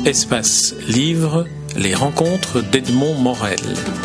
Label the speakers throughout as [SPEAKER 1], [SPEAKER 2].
[SPEAKER 1] Espace Livre, les rencontres d'Edmond Morel.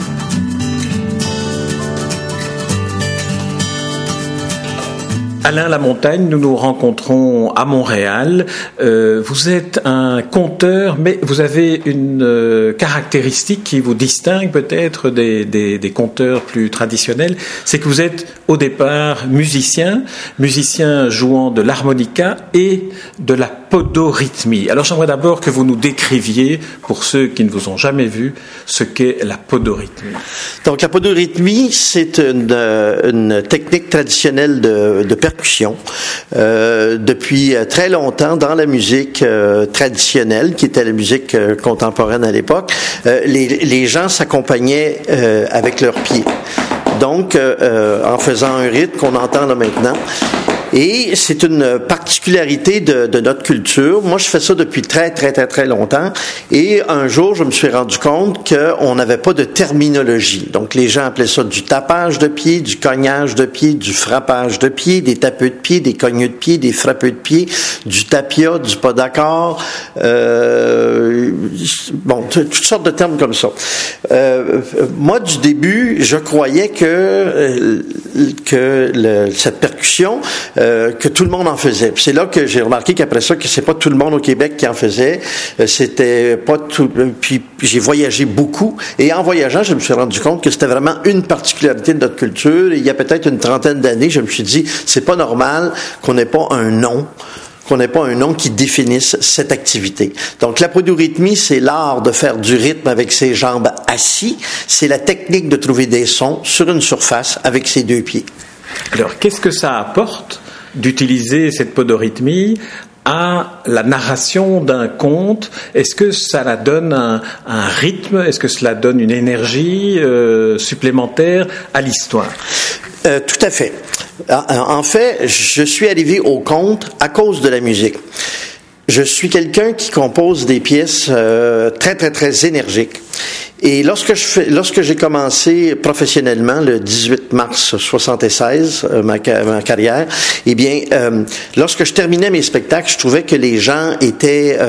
[SPEAKER 1] Alain Lamontagne, nous nous rencontrons à Montréal. Vous êtes un conteur, mais vous avez une caractéristique qui vous distingue peut-être des conteurs plus traditionnels, c'est que vous êtes au départ musicien jouant de l'harmonica et de la podorythmie. Alors j'aimerais d'abord que vous nous décriviez, pour ceux qui ne vous ont jamais vu, ce qu'est la podorythmie.
[SPEAKER 2] Donc la podorythmie, c'est une technique traditionnelle de percussion depuis très longtemps dans la musique traditionnelle, qui était la musique contemporaine à l'époque. Les gens s'accompagnaient avec leurs pieds. Donc, en faisant un rythme qu'on entend là maintenant. Et c'est une particularité de notre culture. Moi, je fais ça depuis très, très, très, très longtemps. Et un jour, je me suis rendu compte qu'on n'avait pas de terminologie. Donc, les gens appelaient ça du tapage de pied, du cognage de pied, du frappage de pied, des tapeux de pied, des cogneux de pied, des frappeux de pied, du tapia, du pas d'accord. Toutes sortes de termes comme ça. Moi, du début, je croyais que cette percussion, que tout le monde en faisait. Puis c'est là que j'ai remarqué qu'après ça, que c'est pas tout le monde au Québec qui en faisait. C'était pas tout. Puis j'ai voyagé beaucoup. Et en voyageant, je me suis rendu compte que c'était vraiment une particularité de notre culture. Et il y a peut-être une trentaine d'années, je me suis dit, c'est pas normal qu'on n'ait pas un nom qui définisse cette activité. Donc, la podorythmie, c'est l'art de faire du rythme avec ses jambes assis. C'est la technique de trouver des sons sur une surface avec ses deux pieds.
[SPEAKER 1] Alors, qu'est-ce que ça apporte d'utiliser cette podorythmie à la narration d'un conte? Est-ce que ça la donne un rythme? Est-ce que cela donne une énergie supplémentaire à l'histoire?
[SPEAKER 2] Tout à fait. En fait, je suis arrivé au conte à cause de la musique. Je suis quelqu'un qui compose des pièces très, très, très énergiques. Et lorsque j'ai commencé professionnellement le 18 mars 76 ma carrière, eh bien, lorsque je terminais mes spectacles, je trouvais que les gens étaient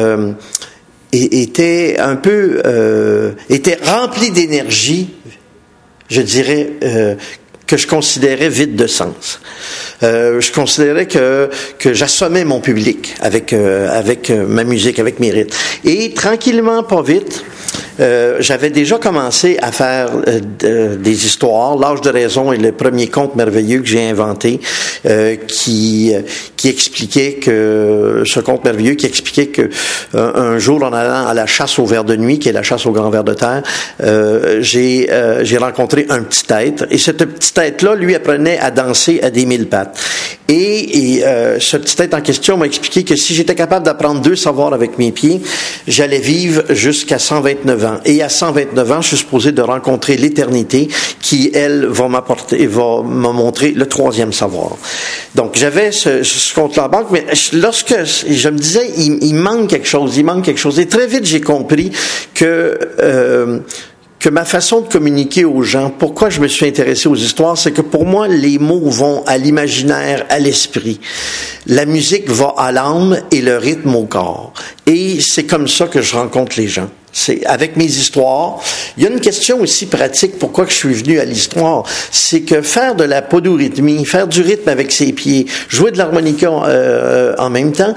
[SPEAKER 2] remplis d'énergie, je dirais, que je considérais vide de sens. Je considérais que j'assommais mon public avec ma musique, avec mes rythmes. Et tranquillement, pas vite, j'avais déjà commencé à faire des histoires. L'âge de raison est le premier conte merveilleux que j'ai inventé, qui expliquait que ce conte merveilleux qui expliquait que un jour, en allant à la chasse au ver de nuit, qui est la chasse au grand ver de terre, j'ai rencontré un petit être, et ce petit être-là, lui, apprenait à danser à des 1000 pattes. Et ce petit être en question m'a expliqué que si j'étais capable d'apprendre 2 savoirs avec mes pieds, j'allais vivre jusqu'à 129 ans. Et à 129 ans, je suis supposé de rencontrer l'éternité qui, elle, va me montrer le 3e savoir. Donc, j'avais ce compte-là en banque, mais lorsque je me disais, il manque quelque chose. Et très vite, j'ai compris que ma façon de communiquer aux gens, pourquoi je me suis intéressé aux histoires, c'est que pour moi, les mots vont à l'imaginaire, à l'esprit. La musique va à l'âme et le rythme au corps. Et c'est comme ça que je rencontre les gens. C'est avec mes histoires. Il y a une question aussi pratique, pourquoi que je suis venu à l'histoire, c'est que faire de la podorythmie, faire du rythme avec ses pieds, jouer de l'harmonica en même temps,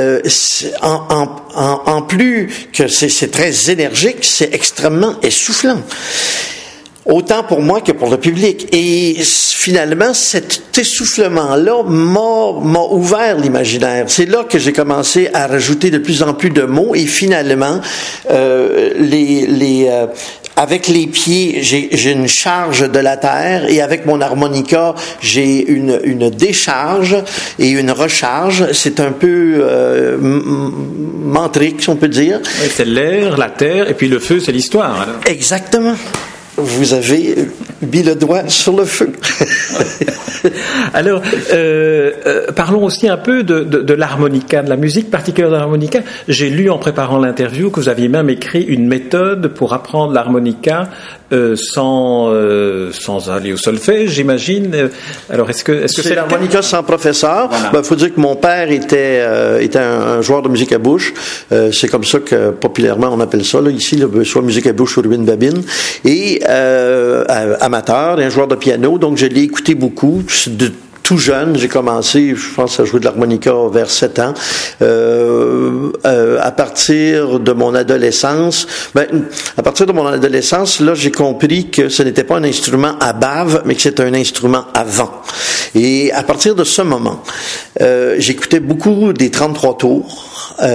[SPEAKER 2] en plus que c'est très énergique, c'est extrêmement essoufflant. Autant pour moi que pour le public. Et finalement, cet essoufflement-là m'a ouvert l'imaginaire. C'est là que j'ai commencé à rajouter de plus en plus de mots. Et finalement, avec les pieds, j'ai une charge de la terre, et avec mon harmonica, j'ai une décharge et une recharge. C'est un peu mantrique, si on peut dire.
[SPEAKER 1] Oui, c'est l'air, la terre, et puis le feu, c'est l'histoire. Alors.
[SPEAKER 2] Exactement. Vous avez mis le doigt sur le feu.
[SPEAKER 1] Alors, parlons aussi un peu de l'harmonica, de la musique particulière de l'harmonica. J'ai lu en préparant l'interview que vous aviez même écrit une méthode pour apprendre l'harmonica sans aller au solfège, j'imagine. Alors, est-ce que c'est
[SPEAKER 2] l'harmonica sans professeur? Voilà. Faut dire que mon père était un joueur de musique à bouche. C'est comme ça que populairement on appelle ça là, ici, soit musique à bouche ou ruine babine. Et amateur, un joueur de piano. Donc, je l'ai écouté beaucoup. Tout jeune, j'ai commencé, je pense, à jouer de l'harmonica vers 7 ans. À partir de mon adolescence, là, j'ai compris que ce n'était pas un instrument à bave, mais que c'était un instrument à vent. Et à partir de ce moment, j'écoutais beaucoup des 33 tours,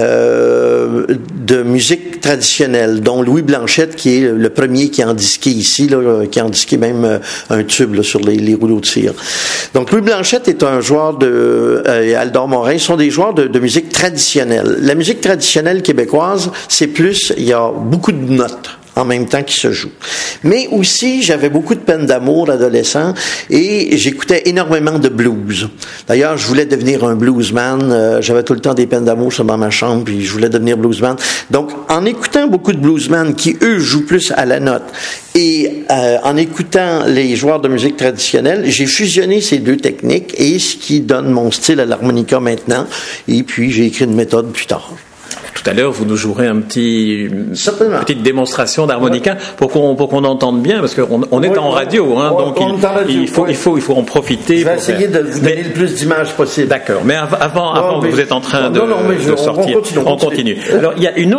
[SPEAKER 2] de musique traditionnelle, dont Louis Blanchette, qui est le premier qui a endisqué ici, là, qui a endisqué même un tube là, sur les rouleaux de cire. Donc, Louis Blanchette est un joueur et Aldor Morin sont des joueurs de musique traditionnelle. La musique traditionnelle québécoise, c'est plus, il y a beaucoup de notes en même temps qui se jouent. Mais aussi, j'avais beaucoup de peine d'amour adolescent et j'écoutais énormément de blues. D'ailleurs, je voulais devenir un bluesman. J'avais tout le temps des peines d'amour dans ma chambre, puis je voulais devenir bluesman. Donc, en écoutant beaucoup de bluesmen qui, eux, jouent plus à la note et en écoutant les joueurs de musique traditionnelle, j'ai fusionné ces deux techniques et ce qui donne mon style à l'harmonica maintenant. Et puis, j'ai écrit une méthode plus tard.
[SPEAKER 1] Tout à l'heure, vous nous jouerez une petite démonstration d'harmonica pour qu'on entende bien, parce qu'on est en radio, hein, donc il faut en profiter.
[SPEAKER 2] Je vais essayer de vous donner le plus d'images possible.
[SPEAKER 1] D'accord, mais avant vous êtes en train de sortir. On continue. Alors, il y a une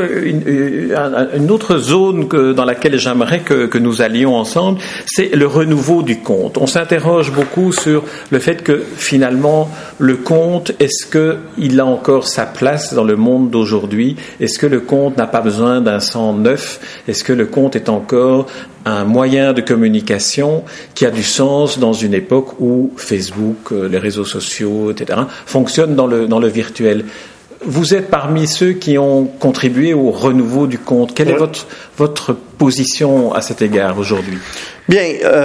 [SPEAKER 1] autre zone dans laquelle j'aimerais que nous allions ensemble, c'est le renouveau du conte. On s'interroge beaucoup sur le fait que finalement, le conte, est-ce qu'il a encore sa place dans le monde d'aujourd'hui? Est-ce que le conte n'a pas besoin d'un sang neuf? Est-ce que le conte est encore un moyen de communication qui a du sens dans une époque où Facebook, les réseaux sociaux, etc., fonctionnent dans le virtuel? Vous êtes parmi ceux qui ont contribué au renouveau du conte. Quelle est votre position à cet égard aujourd'hui?
[SPEAKER 2] Bien,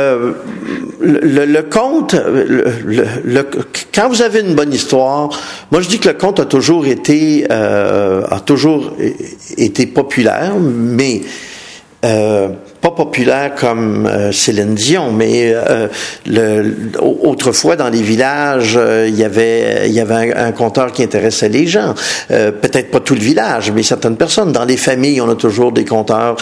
[SPEAKER 2] le conte, quand vous avez une bonne histoire, moi je dis que le conte a toujours été populaire, mais pas populaire comme Céline Dion, mais autrefois dans les villages, il y avait un conteur qui intéressait les gens. Peut-être pas tout le village, mais certaines personnes. Dans les familles, on a toujours des conteurs.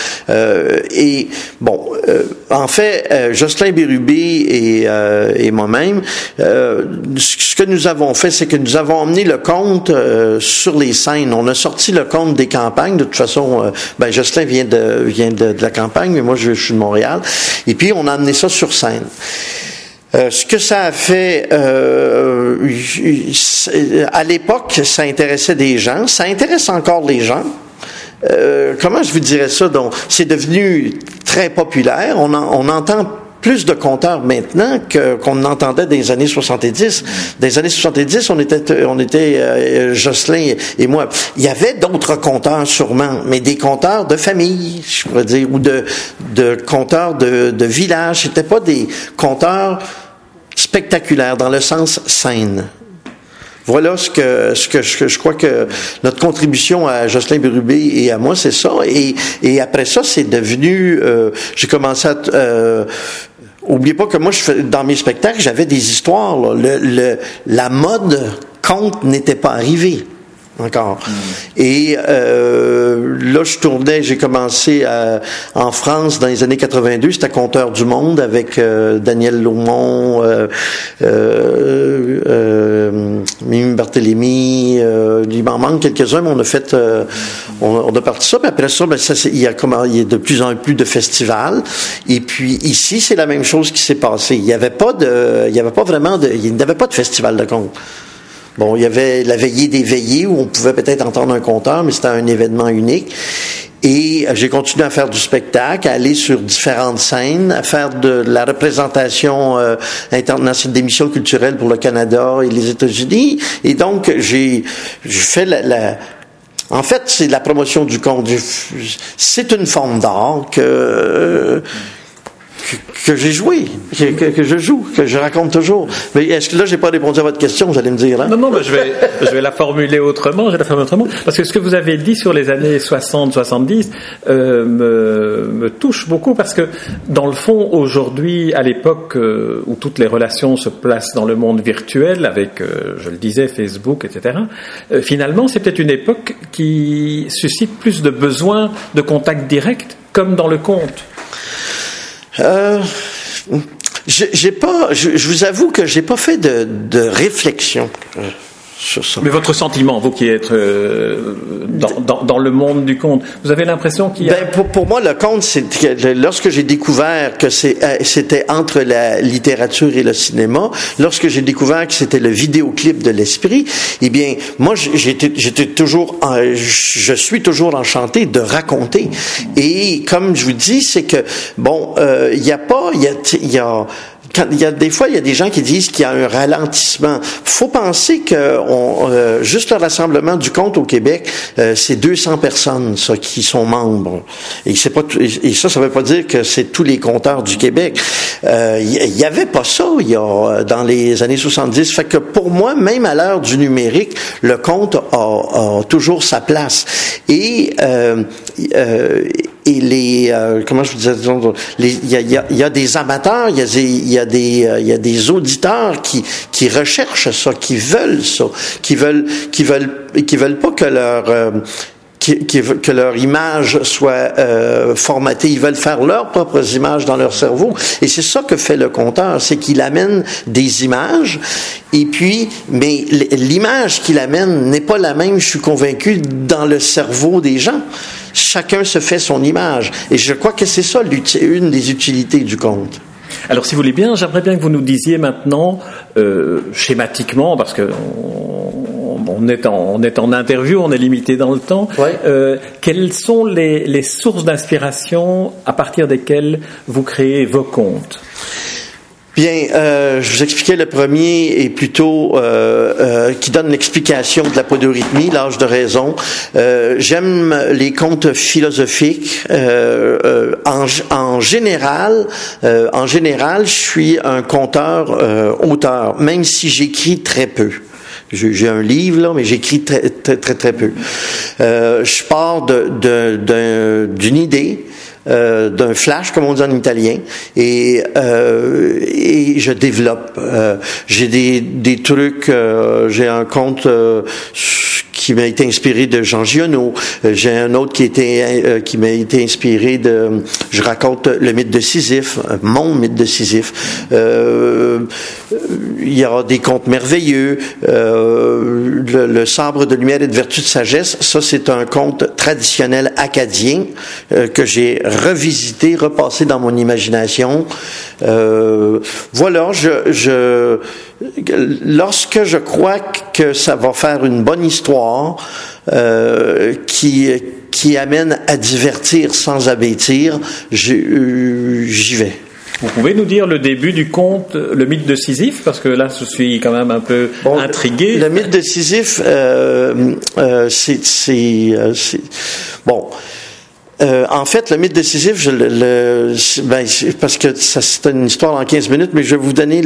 [SPEAKER 2] En fait, Jocelyn Bérubé et moi-même, ce que nous avons fait, c'est que nous avons emmené le conte sur les scènes. On a sorti le conte des campagnes. De toute façon, Jocelyn vient de la campagne, mais moi je suis de Montréal. Et puis on a amené ça sur scène. Ce que ça a fait, à l'époque, ça intéressait des gens. Ça intéresse encore les gens. Comment je vous dirais ça? Donc, c'est devenu très populaire. On entend plus de conteurs maintenant qu'on entendait dans les années 70. Dans les années 70, on était Jocelyn et moi. Il y avait d'autres conteurs sûrement, mais des conteurs de famille, je pourrais dire, ou de conteurs de village. C'était pas des conteurs spectaculaires dans le sens scène. Voilà ce que je crois que notre contribution à Jocelyn Bérubé et à moi, c'est ça. Et après ça, c'est devenu, j'ai commencé à, oubliez pas que moi, dans mes spectacles, j'avais des histoires, là. La mode conte n'était pas arrivée encore. Et là, j'ai commencé en France dans les années 82, c'était Conteur du Monde avec Daniel Laumont, Mimi Barthélémy, il m'en manque quelques-uns, mais on a fait, on a parti ça, puis après ça, il y a de plus en plus de festivals. Et puis ici, c'est la même chose qui s'est passée. Il n'y avait pas de festival de conte. Bon, il y avait la veillée des veillées où on pouvait peut-être entendre un conteur, mais c'était un événement unique. Et j'ai continué à faire du spectacle, à aller sur différentes scènes, à faire de la représentation internationale d'émissions culturelles pour le Canada et les États-Unis. Et donc, j'ai fait en fait, c'est la promotion du conte. C'est une forme d'art que j'ai joué, que je joue, que je raconte toujours. Mais est-ce que là, j'ai pas répondu à votre question, vous allez me dire, hein?
[SPEAKER 1] Non, mais je vais la formuler autrement, parce que ce que vous avez dit sur les années 60-70 me touche beaucoup, parce que dans le fond, aujourd'hui, à l'époque où toutes les relations se placent dans le monde virtuel, avec, je le disais, Facebook, etc., finalement, c'est peut-être une époque qui suscite plus de besoin de contact direct, comme dans le conte.
[SPEAKER 2] Je vous avoue que j'ai pas fait de réflexion sur ça.
[SPEAKER 1] Mais votre sentiment, vous qui êtes dans le monde du conte, vous avez l'impression qu'il y a...
[SPEAKER 2] Pour moi, le conte, c'est lorsque j'ai découvert que c'était entre la littérature et le cinéma, lorsque j'ai découvert que c'était le vidéoclip de l'esprit, eh bien, moi, je suis toujours enchanté de raconter. Et comme je vous dis, c'est que des fois, il y a des gens qui disent qu'il y a un ralentissement. Faut penser que juste le rassemblement du conte au Québec, c'est 200 personnes, ça, qui sont membres. Et ça veut pas dire que c'est tous les conteurs du Québec. Il y avait pas ça, dans les années 70. Fait que pour moi, même à l'heure du numérique, le conte a toujours sa place. Et comment je vous disais, il y a des amateurs, il y a des auditeurs qui recherchent ça, qui veulent ça, qui veulent pas que leur image soit formatée. Ils veulent faire leurs propres images dans leur cerveau. Et c'est ça que fait le conteur, c'est qu'il amène des images, et puis, mais l'image qu'il amène n'est pas la même, je suis convaincu, dans le cerveau des gens. Chacun se fait son image. Et je crois que c'est ça une des utilités du conte.
[SPEAKER 1] Alors, si vous voulez bien, j'aimerais bien que vous nous disiez maintenant, schématiquement, parce que on est en interview, on est limité dans le temps. Ouais. Quelles sont les sources d'inspiration à partir desquelles vous créez vos contes?
[SPEAKER 2] Bien, je vous expliquais, le premier est plutôt qui donne l'explication de la polyrythmie, l'âge de raison. J'aime les contes philosophiques. En général, je suis un conteur-auteur, même si j'écris très peu. J'ai un livre, là, mais j'écris très, très, très, très peu. Je pars d'une idée, d'un flash, comme on dit en italien, et je développe. J'ai des trucs, j'ai un conte qui m'a été inspiré de Jean Giono. J'ai un autre qui m'a été inspiré je raconte le mythe de Sisyphe, mon mythe de Sisyphe. Il y aura des contes merveilleux. Le sabre de lumière et de vertu de sagesse, ça c'est un conte traditionnel acadien que j'ai revisité, repassé dans mon imagination. Voilà, lorsque je crois que ça va faire une bonne histoire, qui amène à divertir sans abêtir, j'y vais.
[SPEAKER 1] Vous pouvez nous dire le début du conte, le mythe de Sisyphe, parce que là, je suis quand même un peu intrigué.
[SPEAKER 2] Le mythe de Sisyphe, en fait, le mythe de Sisyphe, parce que ça, c'est une histoire en 15 minutes, mais je vais vous donner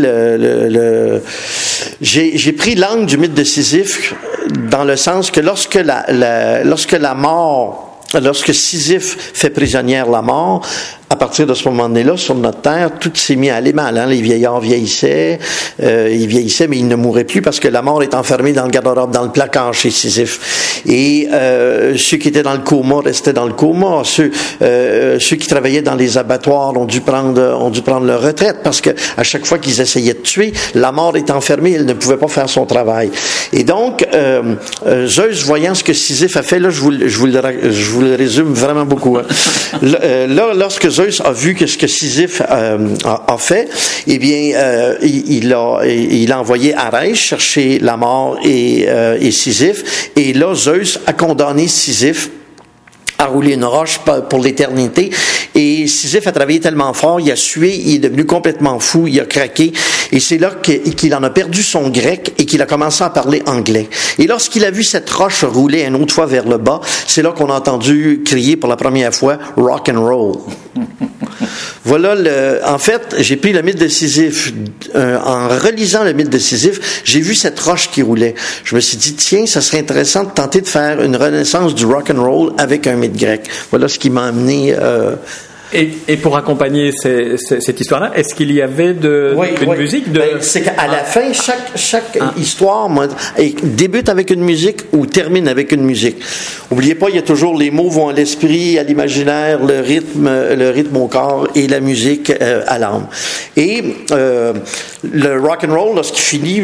[SPEAKER 2] j'ai pris l'angle du mythe de Sisyphe dans le sens que lorsque Sisyphe fait prisonnière la mort, à partir de ce moment-là, sur notre terre, tout s'est mis à aller mal. Hein? Les vieillards vieillissaient, mais ils ne mouraient plus parce que la mort est enfermée dans le garde-robe, dans le placard chez Sisyphe. Et ceux qui étaient dans le coma restaient dans le coma. Ceux qui travaillaient dans les abattoirs ont dû prendre leur retraite parce que à chaque fois qu'ils essayaient de tuer, la mort est enfermée, elle ne pouvait pas faire son travail. Et donc, Zeus, voyant ce que Sisyphe a fait, là, je vous le résume vraiment beaucoup. Hein. Là, lorsque Zeus a vu que ce que Sisyphe a fait, eh bien, il a envoyé Arès chercher la mort et Sisyphe. Et là, Zeus a condamné Sisyphe à rouler une roche pour l'éternité. Et Sisyphe a travaillé tellement fort, il a sué, il est devenu complètement fou, il a craqué. Et c'est là qu'il en a perdu son grec et qu'il a commencé à parler anglais. Et lorsqu'il a vu cette roche rouler une autre fois vers le bas, c'est là qu'on a entendu crier pour la première fois « rock and roll ». Voilà en fait, j'ai pris le mythe de Sisyphe. En relisant le mythe de Sisyphe, j'ai vu cette roche qui roulait. Je me suis dit, tiens, ça serait intéressant de tenter de faire une renaissance du rock and roll avec un mythe grec. Voilà ce qui m'a amené.
[SPEAKER 1] Et pour accompagner cette histoire-là, est-ce qu'il y avait une musique de...
[SPEAKER 2] C'est qu'à la fin, chaque histoire débute avec une musique ou termine avec une musique. Oubliez pas, il y a toujours les mots vont à l'esprit, à l'imaginaire, le rythme au corps et la musique à l'âme. Et le rock and roll, lorsqu'il finit,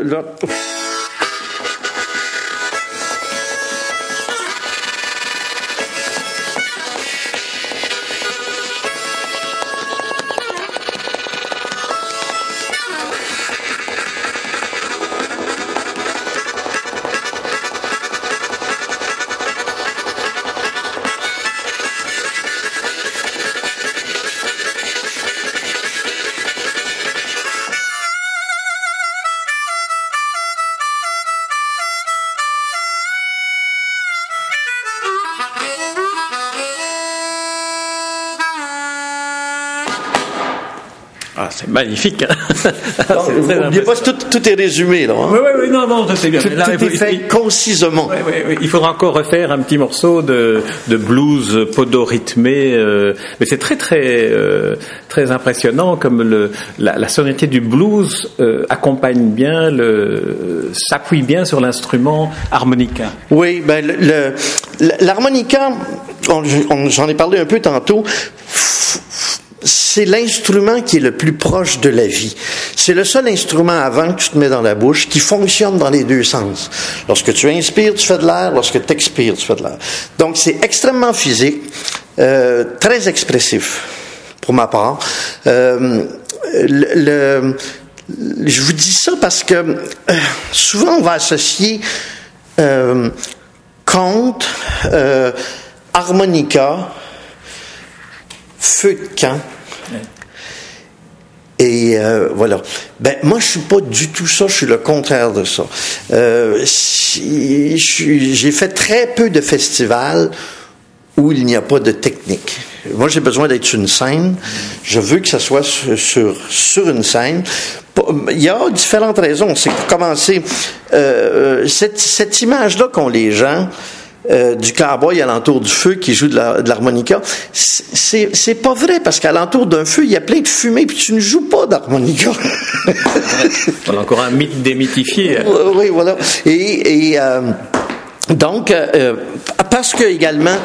[SPEAKER 1] Ah, c'est magnifique.
[SPEAKER 2] N'oubliez pas, tout est résumé, là. Hein?
[SPEAKER 1] Oui, non, c'est bien.
[SPEAKER 2] Tout est fait concisement.
[SPEAKER 1] Oui. Il faudra encore refaire un petit morceau de blues podo-rythmé, mais c'est très impressionnant comme la sonorité du blues accompagne bien, s'appuie bien sur l'instrument harmonica.
[SPEAKER 2] Oui, l'harmonica, j'en ai parlé un peu tantôt. C'est l'instrument qui est le plus proche de la vie. C'est le seul instrument avant que tu te mets dans la bouche qui fonctionne dans les deux sens. Lorsque tu inspires, tu fais de l'air. Lorsque tu expires, tu fais de l'air. Donc, c'est extrêmement physique, très expressif, pour ma part. Je vous dis ça parce que souvent, on va associer conte, harmonica, feu de camp. Et voilà. Moi, je suis pas du tout ça. Je suis le contraire de ça. J'ai fait très peu de festivals où il n'y a pas de technique. Moi, j'ai besoin d'être sur une scène. Je veux que ça soit sur une scène. Il y a différentes raisons. C'est que pour commencer, cette image-là qu'ont les gens du cowboy alentour du feu qui joue de l'harmonica, c'est pas vrai, parce qu'alentour d'un feu, il y a plein de fumée, puis tu ne joues pas d'harmonica.
[SPEAKER 1] On a encore un mythe démythifié.
[SPEAKER 2] Oui, voilà. Donc, parce que également,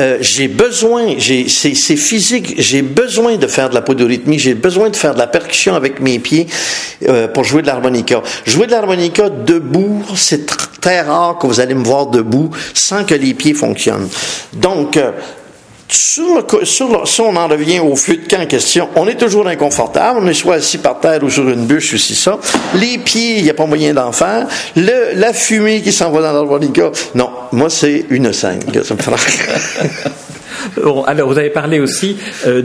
[SPEAKER 2] c'est physique, j'ai besoin de faire de la podorythmie, j'ai besoin de faire de la percussion avec mes pieds pour jouer de l'harmonica. Jouer de l'harmonica debout, c'est très rare que vous allez me voir debout sans que les pieds fonctionnent. Donc, si on en revient au feu de camp en question, on est toujours inconfortable, on est soit assis par terre ou sur une bûche ou ça. Les pieds, il n'y a pas moyen d'en faire. La fumée qui s'en va dans l'harmonica, non, moi c'est une scène que ça me fera.
[SPEAKER 1] Bon, alors vous avez parlé aussi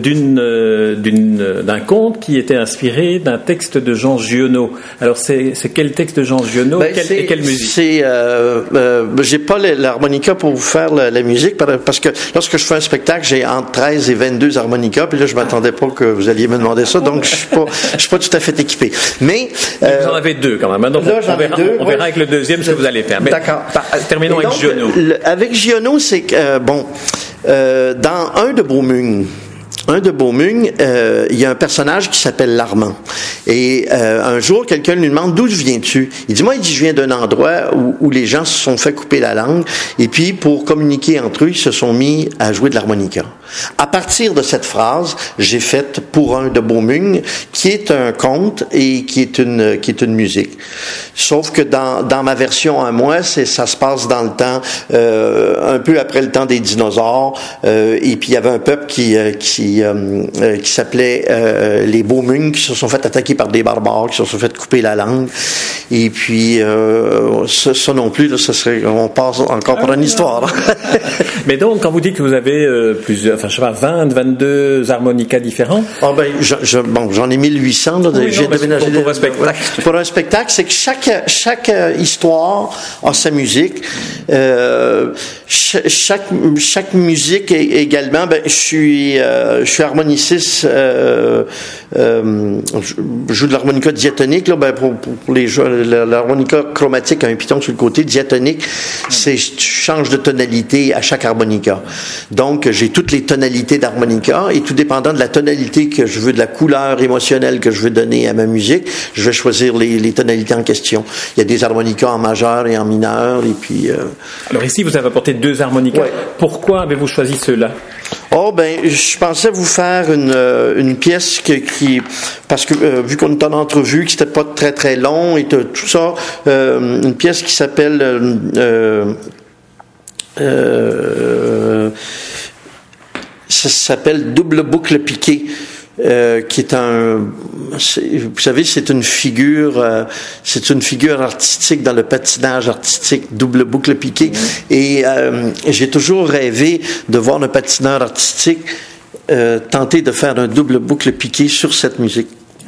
[SPEAKER 1] d'un conte qui était inspiré d'un texte de Jean Giono. Alors c'est quel texte de Jean Giono et quelle musique?
[SPEAKER 2] J'ai pas l'harmonica pour vous faire la musique parce que lorsque je fais un spectacle, j'ai entre 13 et 22 harmonicas, puis là je m'attendais pas que vous alliez me demander ça, donc je suis pas tout à fait équipé. Mais
[SPEAKER 1] vous en avez deux quand même. Donc là, on verra avec le deuxième ce que vous allez faire. Mais
[SPEAKER 2] d'accord.
[SPEAKER 1] Terminons avec Giono.
[SPEAKER 2] Avec Giono, c'est que dans un de Beaumung, il y a un personnage qui s'appelle l'Armand. Et un jour, quelqu'un lui demande d'où viens-tu? Il dit, je viens d'un endroit où les gens se sont fait couper la langue. Et puis, pour communiquer entre eux, ils se sont mis à jouer de l'harmonica. À partir de cette phrase, j'ai fait Pour un de Beaumung, qui est un conte et qui est une musique. Sauf que dans ma version à moi, ça se passe dans le temps, un peu après le temps des dinosaures. Et puis il y avait un peuple qui s'appelait les Beaumung, qui se sont fait attaquer par des barbares, qui se sont fait couper la langue. Et puis ça non plus, là, on passe encore pour une histoire.
[SPEAKER 1] Mais donc, quand vous dites que vous avez plusieurs, 20, 22 harmonicas différents.
[SPEAKER 2] J'en ai 1800, là.
[SPEAKER 1] Oui, j'ai déménagé pour un spectacle.
[SPEAKER 2] Pour un spectacle, c'est que chaque histoire a sa musique. Chaque musique également, je suis harmoniciste. Je joue de l'harmonica diatonique. Là, pour les jeux, l'harmonica chromatique a un piton sur le côté. Diatonique, c'est tu changes de tonalité à chaque harmonica. Donc, j'ai toutes les tonalités d'harmonica et tout dépendant de la tonalité que je veux, de la couleur émotionnelle que je veux donner à ma musique, je vais choisir les tonalités en question. Il y a des harmonicas en majeur et en mineur. Et puis.
[SPEAKER 1] Alors ici, vous avez apporté 2 harmonicas. Ouais. Pourquoi avez-vous choisi ceux-là?
[SPEAKER 2] Je pensais vous faire une pièce qui parce que vu qu'on est en entrevue, que c'était pas très très long et tout ça, une pièce qui s'appelle ça s'appelle Double boucle piquée. Qui est vous savez, c'est une figure artistique dans le patinage artistique, double boucle piquée. Et j'ai toujours rêvé de voir un patineur artistique tenter de faire un double boucle piquée sur cette musique.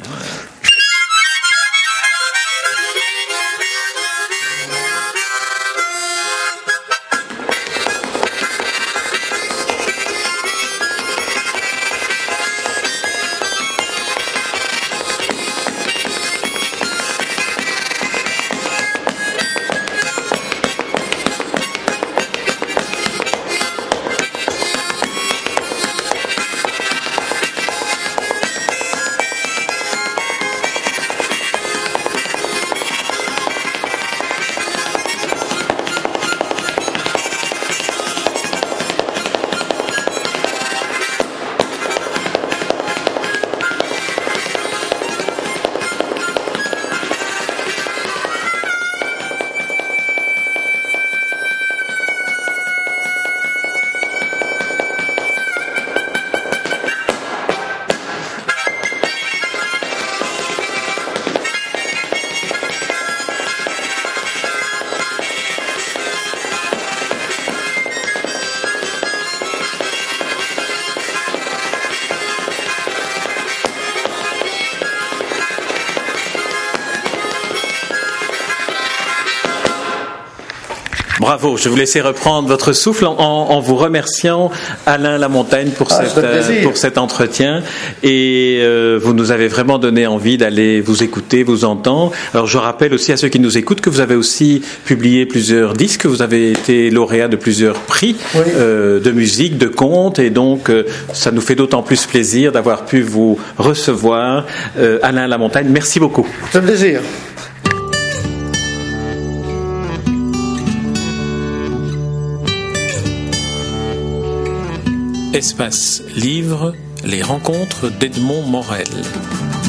[SPEAKER 1] Bravo, je vais vous laisser reprendre votre souffle en vous remerciant, Alain Lamontagne, pour cet entretien. Et vous nous avez vraiment donné envie d'aller vous écouter, vous entendre. Alors je rappelle aussi à ceux qui nous écoutent que vous avez aussi publié plusieurs disques, vous avez été lauréat de plusieurs prix de musique, de contes, et donc ça nous fait d'autant plus plaisir d'avoir pu vous recevoir. Alain Lamontagne, merci beaucoup.
[SPEAKER 2] C'est un plaisir.
[SPEAKER 1] Espace Livre, les rencontres d'Edmond Morel.